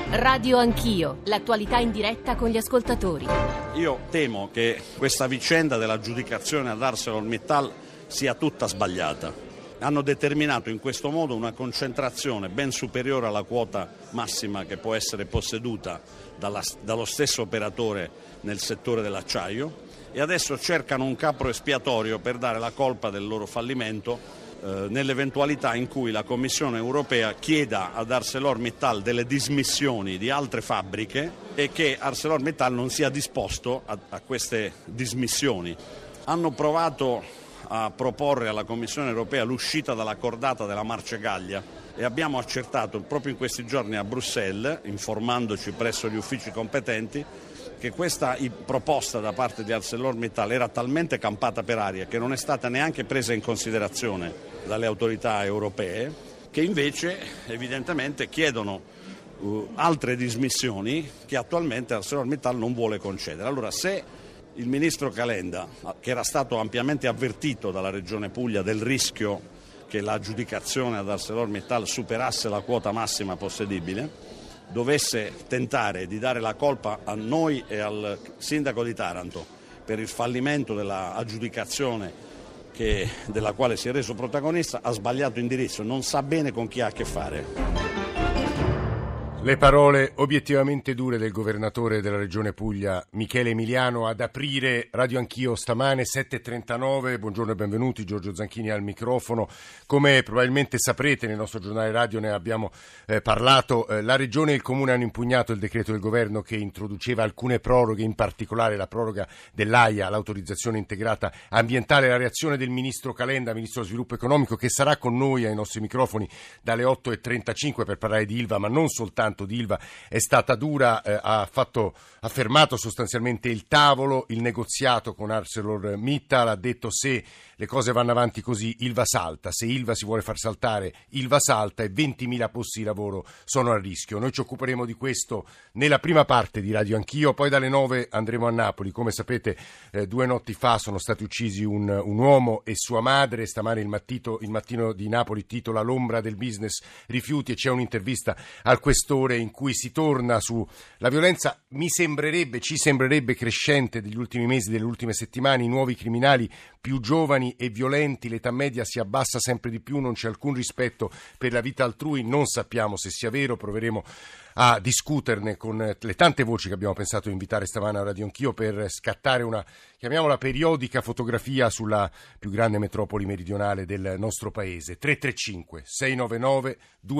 Radio Anch'io, l'attualità in diretta con gli ascoltatori. Io temo che questa vicenda dell'aggiudicazione ad ArcelorMittal sia tutta sbagliata. Hanno determinato in questo modo una concentrazione ben superiore alla quota massima che può essere posseduta dallo stesso operatore nel settore dell'acciaio e adesso cercano un capro espiatorio per dare la colpa del loro fallimento nell'eventualità in cui la Commissione europea chieda ad ArcelorMittal delle dismissioni di altre fabbriche e che ArcelorMittal non sia disposto a queste dismissioni. Hanno provato a proporre alla Commissione europea l'uscita dalla cordata della Marcegaglia e abbiamo accertato proprio in questi giorni a Bruxelles, informandoci presso gli uffici competenti, che questa proposta da parte di ArcelorMittal era talmente campata per aria che non è stata neanche presa in considerazione dalle autorità europee, che invece evidentemente chiedono altre dismissioni che attualmente ArcelorMittal non vuole concedere. Allora, se il ministro Calenda, che era stato ampiamente avvertito dalla Regione Puglia del rischio che l'aggiudicazione ad ArcelorMittal superasse la quota massima possedibile, dovesse tentare di dare la colpa a noi e al sindaco di Taranto per il fallimento dell'aggiudicazione della quale si è reso protagonista, ha sbagliato indirizzo, non sa bene con chi ha a che fare. Le parole obiettivamente dure del governatore della Regione Puglia, Michele Emiliano, ad aprire Radio Anch'io stamane, 7.39. Buongiorno e benvenuti, Giorgio Zanchini al microfono. Come probabilmente saprete, nel nostro giornale radio ne abbiamo parlato, la Regione e il Comune hanno impugnato il decreto del governo che introduceva alcune proroghe, in particolare la proroga dell'AIA, l'autorizzazione integrata ambientale. La reazione del Ministro Calenda, Ministro dello Sviluppo Economico, che sarà con noi ai nostri microfoni dalle 8.35 per parlare di Ilva, ma non soltanto di Ilva, è stata dura, ha fermato sostanzialmente il tavolo, il negoziato con ArcelorMittal, ha detto: se le cose vanno avanti così Ilva salta, se Ilva si vuole far saltare Ilva salta e 20.000 posti di lavoro sono a rischio. Noi ci occuperemo di questo nella prima parte di Radio Anch'io, poi dalle 9 andremo a Napoli. Come sapete 2 notti fa sono stati uccisi un uomo e sua madre. Stamane il mattino di Napoli titola "L'ombra del business rifiuti" e c'è un'intervista al questore in cui si torna sulla violenza, ci sembrerebbe crescente degli ultimi mesi, delle ultime settimane, i nuovi criminali più giovani e violenti, l'età media si abbassa sempre di più, non c'è alcun rispetto per la vita altrui, non sappiamo se sia vero, proveremo a discuterne con le tante voci che abbiamo pensato di invitare stamane a Radio Anch'io per scattare una, chiamiamola, periodica fotografia sulla più grande metropoli meridionale del nostro paese. 335 699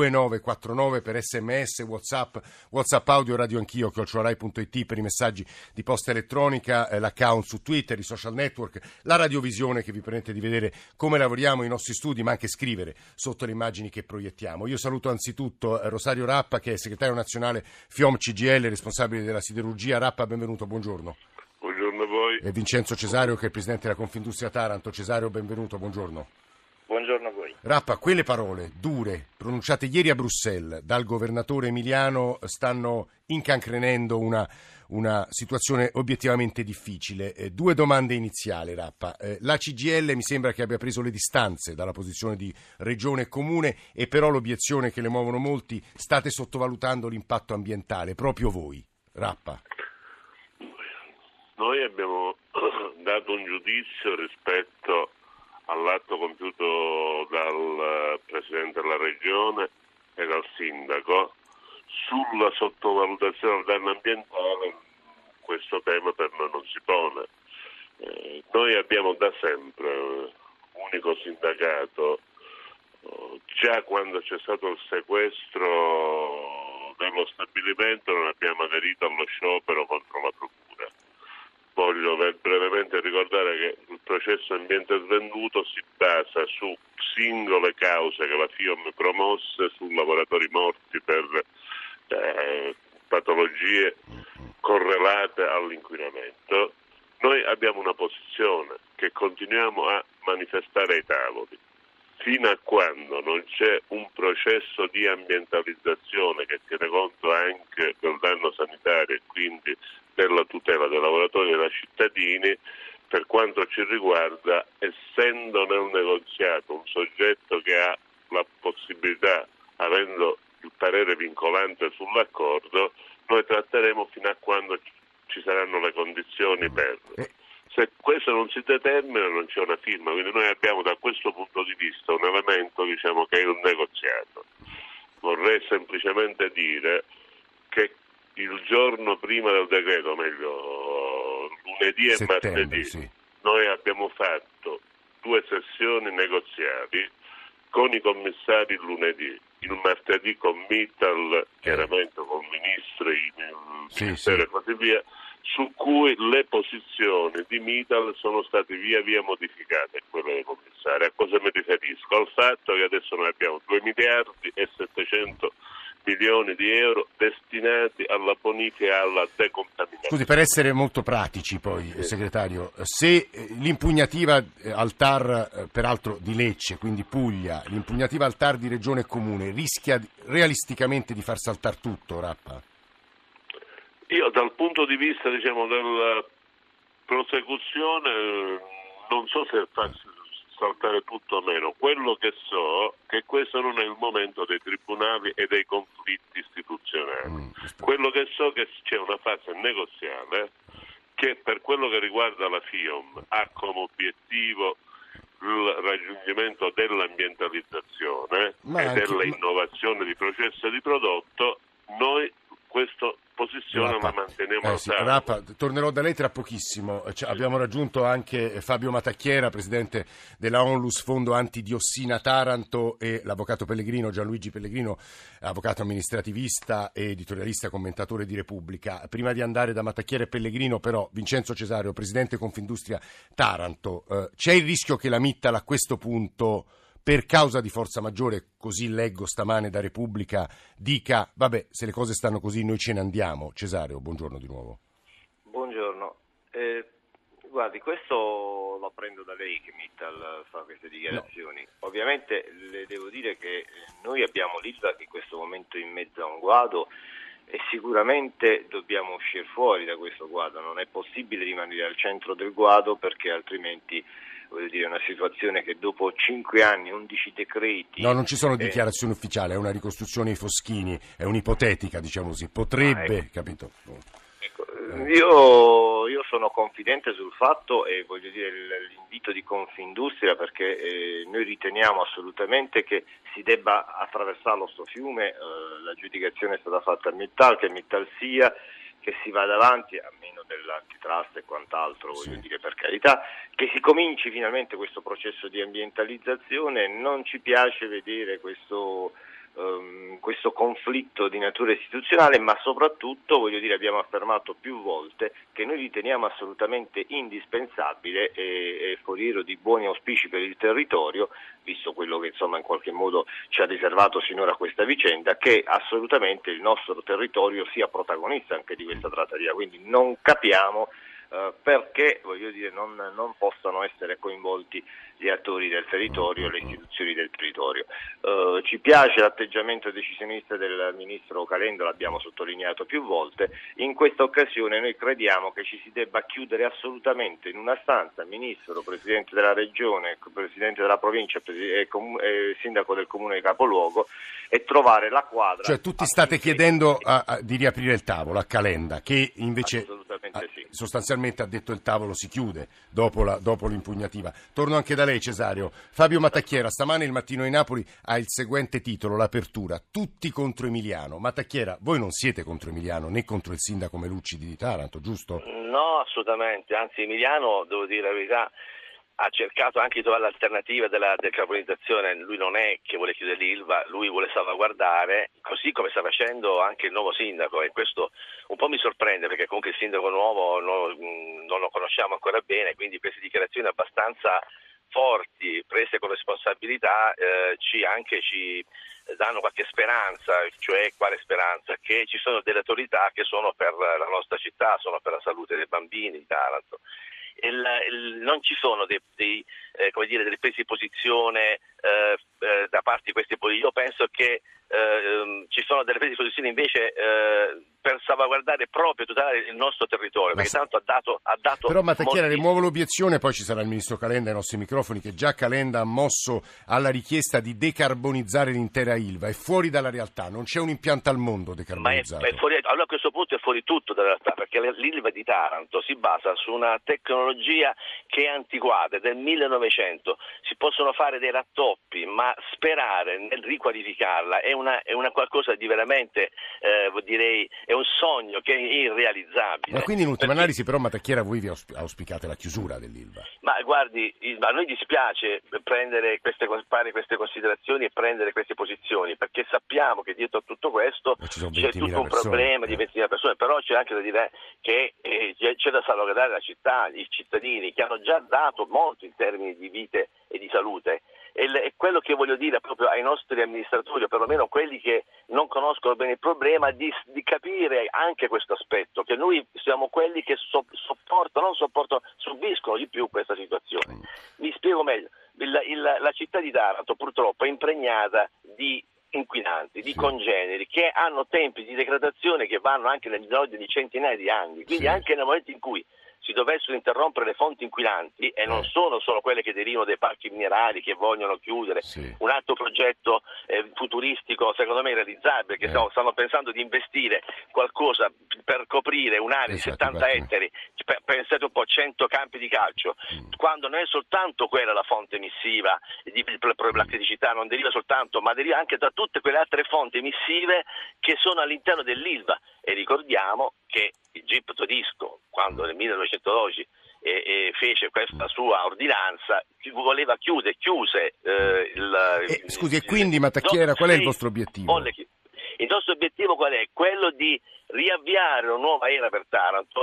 2949 per SMS, WhatsApp audio, Radio Anch'io @rai.it per i messaggi di posta elettronica, l'account su Twitter, i social network, la radiovisione che vi permette di vedere come lavoriamo i nostri studi, ma anche scrivere sotto le immagini che proiettiamo. Io saluto anzitutto Rosario Rappa, che è segretario nazionale FIOM CGIL, responsabile della siderurgia. Rappa, benvenuto, buongiorno. Buongiorno a voi. E Vincenzo Cesario, che è il presidente della Confindustria Taranto. Cesario, benvenuto, buongiorno. Buongiorno a voi. Rappa, quelle parole dure pronunciate ieri a Bruxelles dal governatore emiliano stanno incancrenendo una situazione obiettivamente difficile. 2 domande iniziali, Rappa. La CGIL mi sembra che abbia preso le distanze dalla posizione di Regione e Comune, e però l'obiezione che le muovono molti: state sottovalutando l'impatto ambientale, proprio voi. Rappa. Noi abbiamo dato un giudizio rispetto all'atto compiuto dal Presidente della Regione e dal Sindaco sulla sottovalutazione del danno ambientale. Questo tema per noi non si pone. Noi abbiamo da sempre unico sindacato, già quando c'è stato il sequestro dello stabilimento non abbiamo aderito allo sciopero contro la procura. Voglio brevemente ricordare che il processo ambiente svenduto si basa su singole cause che la FIOM promosse su lavoratori morti per patologie correlate all'inquinamento. Noi abbiamo una posizione che continuiamo a manifestare ai tavoli. Fino a quando non c'è un processo di ambientalizzazione che tiene conto anche del danno sanitario e quindi della tutela dei lavoratori e dei cittadini, per quanto ci riguarda, essendo nel negoziato un soggetto che ha la possibilità, avendo il parere vincolante sull'accordo, noi tratteremo fino a quando ci saranno le condizioni per. Se questo non si determina non c'è una firma, quindi noi abbiamo da questo punto di vista un elemento, diciamo, che è un negoziato. Vorrei semplicemente dire che il giorno prima del decreto, meglio lunedì e martedì, sì, noi abbiamo fatto 2 sessioni negoziali con i commissari il lunedì, il martedì con Mittal, chiaramente con ministri, il Ministero e così via, su cui le posizioni di Mittal sono state via via modificate, quelle dei commissari. A cosa mi riferisco? Al fatto che adesso noi abbiamo 2 miliardi e 700 milioni di euro destinati alla bonifica e alla decontaminazione. Scusi, per essere molto pratici poi, segretario, se l'impugnativa al TAR, peraltro di Lecce, quindi Puglia, l'impugnativa al TAR di Regione e Comune, rischia realisticamente di far saltare tutto, Rappa? Io dal punto di vista, diciamo, della prosecuzione non so se faccio saltare tutto o meno. Quello che so è che questo non è il momento dei tribunali e dei conflitti istituzionali. Quello che so è che c'è una fase negoziale che per quello che riguarda la FIOM ha come obiettivo il raggiungimento dell'ambientalizzazione e dell'innovazione di processo e di prodotto. Noi questa posizione la manteniamo Rappa, tornerò da lei tra pochissimo. Abbiamo raggiunto anche Fabio Matacchiera, presidente della Onlus Fondo Antidiossina Taranto, e l'avvocato Pellegrino, Gianluigi Pellegrino, avvocato amministrativista e editorialista, commentatore di Repubblica. Prima di andare da Matacchiera e Pellegrino, però, Vincenzo Cesario, presidente Confindustria Taranto, c'è il rischio che la Mittal a questo punto, per causa di forza maggiore, così leggo stamane da Repubblica, dica vabbè, se le cose stanno così noi ce ne andiamo? Cesario, buongiorno di nuovo. Buongiorno. Guardi, questo lo prendo da lei che Mittal fa queste dichiarazioni. No. Ovviamente le devo dire che noi abbiamo l'Ilva che in questo momento è in mezzo a un guado e sicuramente dobbiamo uscire fuori da questo guado. Non è possibile rimanere al centro del guado perché altrimenti, voglio dire, è una situazione che dopo 5 anni, 11 decreti... No, non ci sono dichiarazioni ufficiali, è una ricostruzione ai Foschini, è un'ipotetica, diciamo così, potrebbe, capito? Ecco, io sono confidente sul fatto e voglio dire l'invito di Confindustria perché noi riteniamo assolutamente che si debba attraversarlo sto fiume, l'aggiudicazione è stata fatta a Mittal, che Mittal sia, che si vada avanti, a meno dell'antitrust e quant'altro, voglio dire, per carità, che si cominci finalmente questo processo di ambientalizzazione. Non ci piace vedere questo conflitto di natura istituzionale, ma soprattutto, voglio dire, abbiamo affermato più volte che noi riteniamo assolutamente indispensabile e foriero di buoni auspici per il territorio, visto quello che insomma in qualche modo ci ha riservato sinora questa vicenda, che assolutamente il nostro territorio sia protagonista anche di questa trattativa, quindi non capiamo perché, voglio dire, non possano essere coinvolti gli attori del territorio e le istituzioni del territorio. Ci piace l'atteggiamento decisionista del ministro Calenda, l'abbiamo sottolineato più volte. In questa occasione noi crediamo che ci si debba chiudere assolutamente in una stanza, ministro, presidente della regione, presidente della provincia e sindaco del comune di capoluogo, e trovare la quadra. Cioè tutti state chiedendo di riaprire il tavolo a Calenda, che invece sostanzialmente ha detto il tavolo si chiude dopo l'impugnativa. Torno anche da lei, Cesario. Fabio Matacchiera, stamane il Mattino di Napoli ha il seguente titolo, l'apertura, tutti contro Emiliano. Matacchiera, voi non siete contro Emiliano né contro il sindaco Melucci di Taranto, giusto? No, assolutamente, anzi Emiliano, devo dire la verità, ha cercato anche di trovare l'alternativa della decarbonizzazione. Lui non è che vuole chiudere l'Ilva, lui vuole salvaguardare, così come sta facendo anche il nuovo sindaco, e questo un po' mi sorprende perché comunque il sindaco nuovo non lo conosciamo ancora bene, quindi queste dichiarazioni abbastanza forti, prese con responsabilità, ci danno qualche speranza, cioè quale speranza? Che ci sono delle autorità che sono per la nostra città, sono per la salute dei bambini di Taranto. Non ci sono delle prese di posizione da parte di questi politici. Io penso che ci sono delle prese di posizione invece salvaguardare proprio tutelare il nostro territorio, perché tanto ha dato Però Matacchiera, rimuovo l'obiezione, poi ci sarà il ministro Calenda ai nostri microfoni, che già Calenda ha mosso alla richiesta di decarbonizzare l'intera Ilva. È fuori dalla realtà, non c'è un impianto al mondo decarbonizzato. Ma è fuori, allora a questo punto è fuori tutto dalla realtà, perché l'Ilva di Taranto si basa su una tecnologia che è antiquata, è del 1900, si possono fare dei rattoppi, ma sperare nel riqualificarla è una qualcosa di veramente, direi, è un sogno che è irrealizzabile. Ma quindi in ultima analisi però, Matacchiera, voi vi auspicate la chiusura dell'Ilva? Ma guardi, a noi dispiace fare queste considerazioni e prendere queste posizioni, perché sappiamo che dietro a tutto questo c'è tutto un problema di 20.000 persone, però c'è anche da dire che c'è da salvaguardare la città, i cittadini che hanno già dato molto in termini di vite e di salute. E quello che voglio dire proprio ai nostri amministratori, o perlomeno quelli che non conoscono bene il problema, di capire anche questo aspetto, che noi siamo quelli che subiscono di più questa situazione. Mi spiego meglio. La città di Taranto purtroppo è impregnata di inquinanti, di congeneri che hanno tempi di degradazione che vanno anche nell'ordine di centinaia di anni, quindi anche nel momento in cui si dovessero interrompere le fonti inquinanti, e non sono solo quelle che derivano dai parchi minerari che vogliono chiudere, un altro progetto futuristico secondo me realizzabile, che stanno pensando di investire qualcosa per coprire un'area di 70 ettari, pensate un po', 100 campi di calcio, quando non è soltanto quella la fonte emissiva per la criticità, non deriva soltanto, ma deriva anche da tutte quelle altre fonti emissive che sono all'interno dell'Ilva. E ricordiamo che il GIP Todisco, quando nel 1912 fece questa sua ordinanza, chiuse scusi, e quindi Matacchiera, qual è il vostro obiettivo? Il nostro obiettivo qual è? Quello di riavviare una nuova era per Taranto.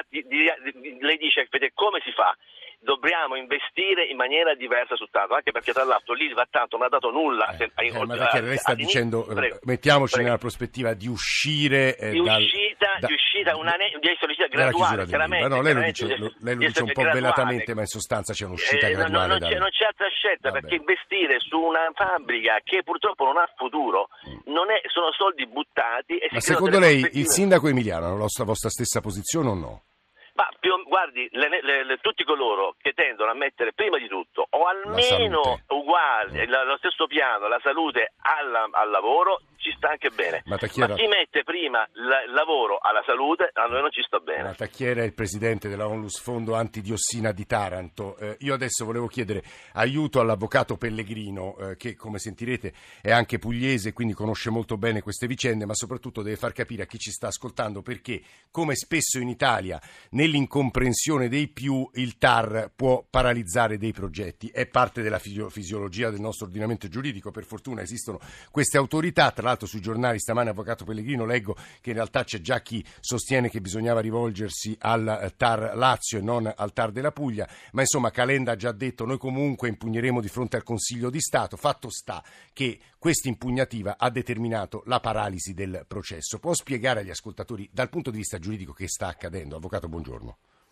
Lei dice, come si fa? Dobbiamo investire in maniera diversa su Taranto, anche perché tra l'altro l'Ilva tanto non ha dato nulla. Ma perché lei sta dicendo, mettiamoci nella prospettiva di uscire di uscita graduale, chiaramente. No, lei lo dice un po' velatamente, ma in sostanza c'è un'uscita graduale. Non c'è altra scelta, perché investire su una fabbrica che purtroppo non ha futuro sono soldi buttati. Ma secondo lei il sindaco Emiliano ha la vostra stessa posizione o no? Ma guardi, tutti coloro che tendono a mettere prima di tutto, o almeno uguali, lo stesso piano, la salute al lavoro, ci sta anche bene. Ma chi mette prima il lavoro alla salute, a noi non ci sta bene. Matacchiera è il presidente della Onlus Fondo Antidiossina di Taranto. Io adesso volevo chiedere aiuto all'avvocato Pellegrino, che come sentirete è anche pugliese, quindi conosce molto bene queste vicende, ma soprattutto deve far capire a chi ci sta ascoltando perché, come spesso in Italia, nell'incomprensione dei più, il TAR può paralizzare dei progetti. È parte della fisiologia del nostro ordinamento giuridico. Per fortuna esistono queste autorità. Tra l'altro sui giornali stamane, avvocato Pellegrino, leggo che in realtà c'è già chi sostiene che bisognava rivolgersi al TAR Lazio e non al TAR della Puglia, ma insomma Calenda ha già detto noi comunque impugneremo di fronte al Consiglio di Stato. Fatto sta che questa impugnativa ha determinato la paralisi del processo. Può spiegare agli ascoltatori dal punto di vista giuridico che sta accadendo? Avvocato, buongiorno.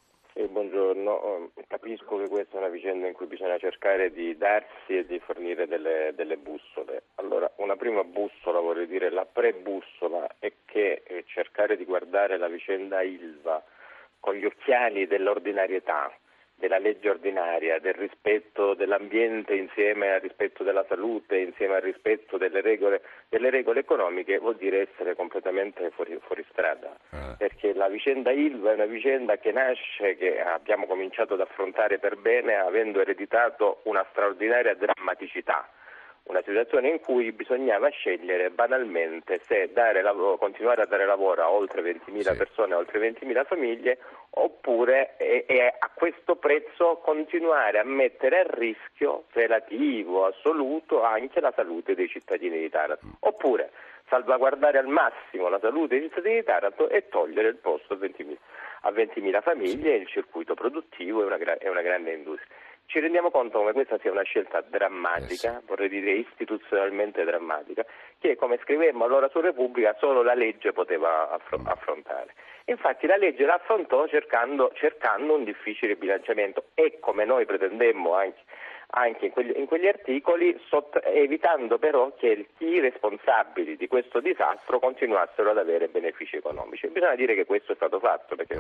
Buongiorno, capisco che questa è una vicenda in cui bisogna cercare di darsi e di fornire delle bussole. Allora, una prima bussola, vorrei dire la pre-bussola, è che cercare di guardare la vicenda Ilva con gli occhiali dell'ordinarietà, della legge ordinaria, del rispetto dell'ambiente insieme al rispetto della salute, insieme al rispetto delle regole economiche, vuol dire essere completamente fuori strada. Perché la vicenda Ilva è una vicenda che nasce, che abbiamo cominciato ad affrontare per bene, avendo ereditato una straordinaria drammaticità. Una situazione in cui bisognava scegliere banalmente se continuare a dare lavoro a oltre 20.000 persone, a oltre 20.000 famiglie, oppure a questo prezzo continuare a mettere a rischio relativo, assoluto, anche la salute dei cittadini di Taranto. Oppure salvaguardare al massimo la salute dei cittadini di Taranto e togliere il posto a 20.000 famiglie e il circuito produttivo e una grande industria. Ci rendiamo conto come questa sia una scelta drammatica, vorrei dire istituzionalmente drammatica, che come scrivemmo allora su Repubblica solo la legge poteva affrontare. Infatti la legge l'affrontò cercando un difficile bilanciamento e come noi pretendemmo anche anche in quegli articoli, evitando però che i responsabili di questo disastro continuassero ad avere benefici economici. E bisogna dire che questo è stato fatto, perché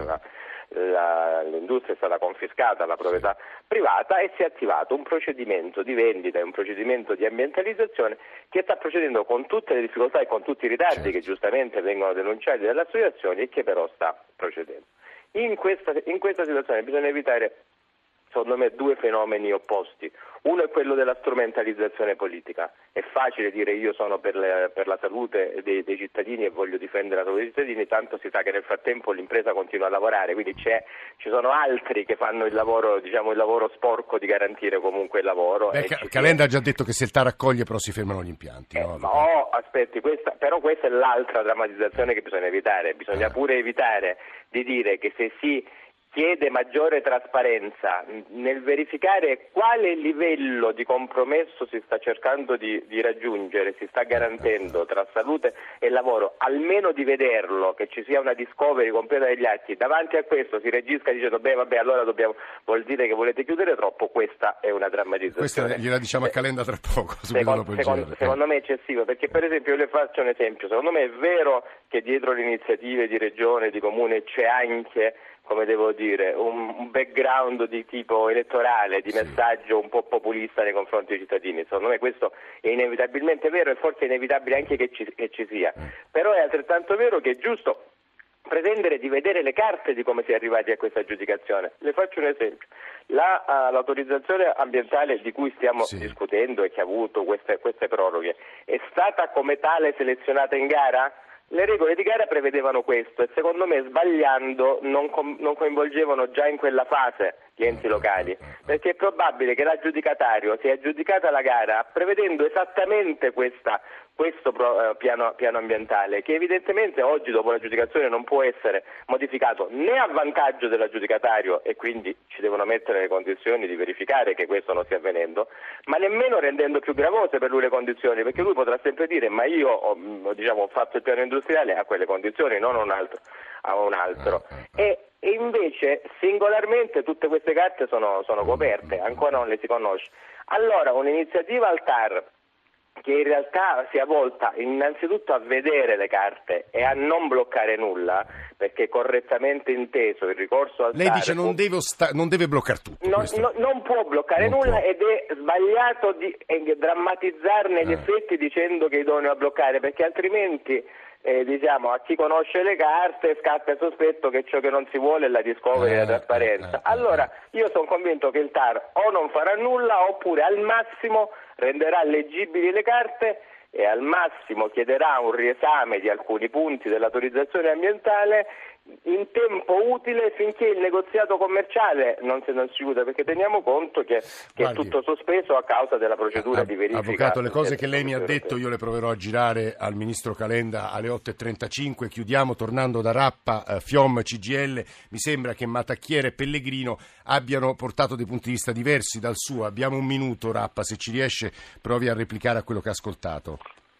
l'industria è stata confiscata alla proprietà privata e si è attivato un procedimento di vendita e un procedimento di ambientalizzazione che sta procedendo con tutte le difficoltà e con tutti i ritardi che giustamente vengono denunciati dalle associazioni e che però sta procedendo. In questa situazione bisogna evitare, secondo me, due fenomeni opposti. Uno è quello della strumentalizzazione politica. È facile dire io sono per la salute dei cittadini e voglio difendere la salute dei cittadini, tanto si sa che nel frattempo l'impresa continua a lavorare, quindi ci sono altri che fanno il lavoro sporco di garantire comunque il lavoro. Calenda ha già detto che se il TAR accoglie però si fermano gli impianti. No, aspetti, questa è l'altra drammatizzazione che bisogna evitare. Bisogna pure evitare di dire che se si chiede maggiore trasparenza nel verificare quale livello di compromesso si sta cercando di raggiungere, si sta garantendo tra salute e lavoro, almeno di vederlo, che ci sia una discovery completa degli atti, davanti a questo si regisca dicendo allora vuol dire che volete chiudere troppo. Questa è una drammatizzazione. Questa gliela diciamo a Calenda tra poco, secondo me è eccessivo, perché per esempio io le faccio un esempio. Secondo me è vero che dietro le iniziative di regione, di comune c'è anche, come devo dire, un background di tipo elettorale, di messaggio un po' populista nei confronti dei cittadini. Secondo me questo è inevitabilmente vero e forse è inevitabile anche che ci sia. Però è altrettanto vero che è giusto pretendere di vedere le carte di come si è arrivati a questa aggiudicazione. Le faccio un esempio. L'autorizzazione ambientale di cui stiamo discutendo e che ha avuto queste proroghe è stata come tale selezionata in gara? Le regole di gara prevedevano questo e secondo me, sbagliando, non coinvolgevano già in quella fase gli enti locali, perché è probabile che l'aggiudicatario sia aggiudicata la gara prevedendo esattamente questo piano ambientale, che evidentemente oggi dopo l'aggiudicazione non può essere modificato né a vantaggio dell'aggiudicatario, e quindi ci devono mettere le condizioni di verificare che questo non stia avvenendo, ma nemmeno rendendo più gravose per lui le condizioni, perché lui potrà sempre dire ma io ho fatto il piano industriale a quelle condizioni, non a un altro. E invece singolarmente tutte queste carte sono coperte, ancora non le si conosce. Allora un'iniziativa al TAR che in realtà sia volta innanzitutto a vedere le carte e a non bloccare nulla, perché correttamente inteso il ricorso al TAR... Lei dice non deve bloccare tutto. Non può bloccare nulla. Ed è sbagliato drammatizzarne gli effetti dicendo che è idoneo a bloccare, perché altrimenti... a chi conosce le carte scatta il sospetto che ciò che non si vuole è la discovery e la trasparenza. Allora io sono convinto che il TAR o non farà nulla oppure al massimo renderà leggibili le carte e al massimo chiederà un riesame di alcuni punti dell'autorizzazione ambientale in tempo utile finché il negoziato commerciale non si chiuda, perché teniamo conto che è tutto sospeso a causa della procedura di verifica. Avvocato, le cose che lei mi ha detto io le proverò a girare al Ministro Calenda alle 8.35. Chiudiamo tornando da Rappa, FIOM, CGIL. Mi sembra che Matacchiera e Pellegrino abbiano portato dei punti di vista diversi dal suo. Abbiamo un minuto, Rappa, se ci riesce provi a replicare a quello che ha ascoltato.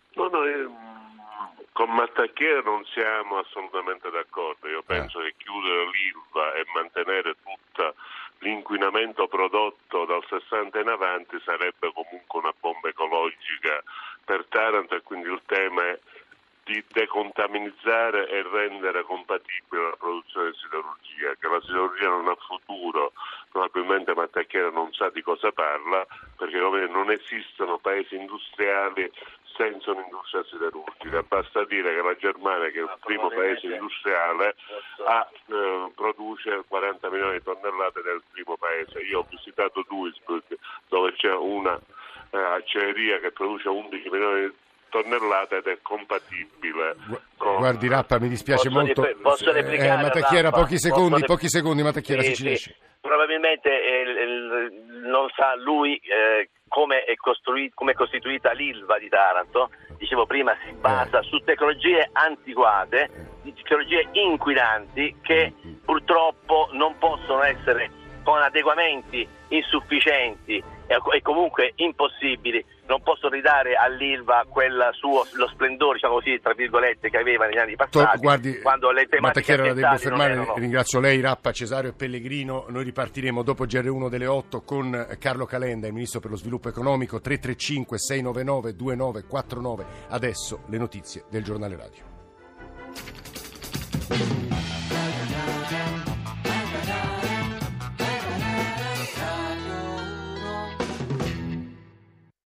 Con Matacchiera non siamo assolutamente d'accordo. Io penso che chiudere l'Ilva e mantenere tutto l'inquinamento prodotto dal 60 in avanti sarebbe comunque una bomba ecologica per Taranto, e quindi il tema è di decontaminizzare e rendere compatibile la produzione di siderurgia, che la siderurgia non ha futuro. Probabilmente Matacchiera non sa di cosa parla, perché non esistono paesi industriali senza un'industria siderurgica. Basta dire che la Germania, che è il primo paese industriale, produce 40 milioni di tonnellate del primo paese. Io ho visitato Duisburg, dove c'è una acciaieria che produce 11 milioni di tonnellate ed è compatibile con... Guardi Rappa, mi dispiace molto. Posso replicare? Matacchiera, pochi secondi, Matacchiera, se ci riesci. Probabilmente non sa lui come è costituita l'Ilva di Taranto. Dicevo prima, si basa su tecnologie antiquate, tecnologie inquinanti che purtroppo non possono essere, con adeguamenti insufficienti e comunque impossibili, non possono ridare all'Ilva lo splendore, diciamo così, tra virgolette, che aveva negli anni passati. Guardi, quando le tematiche Mattacchiera la devo fermare, erano... ringrazio lei, Rappa, Cesario e Pellegrino. Noi ripartiremo dopo GR1 delle 8 con Carlo Calenda, il Ministro per lo Sviluppo Economico. 335 699 2949. Adesso le notizie del Giornale Radio.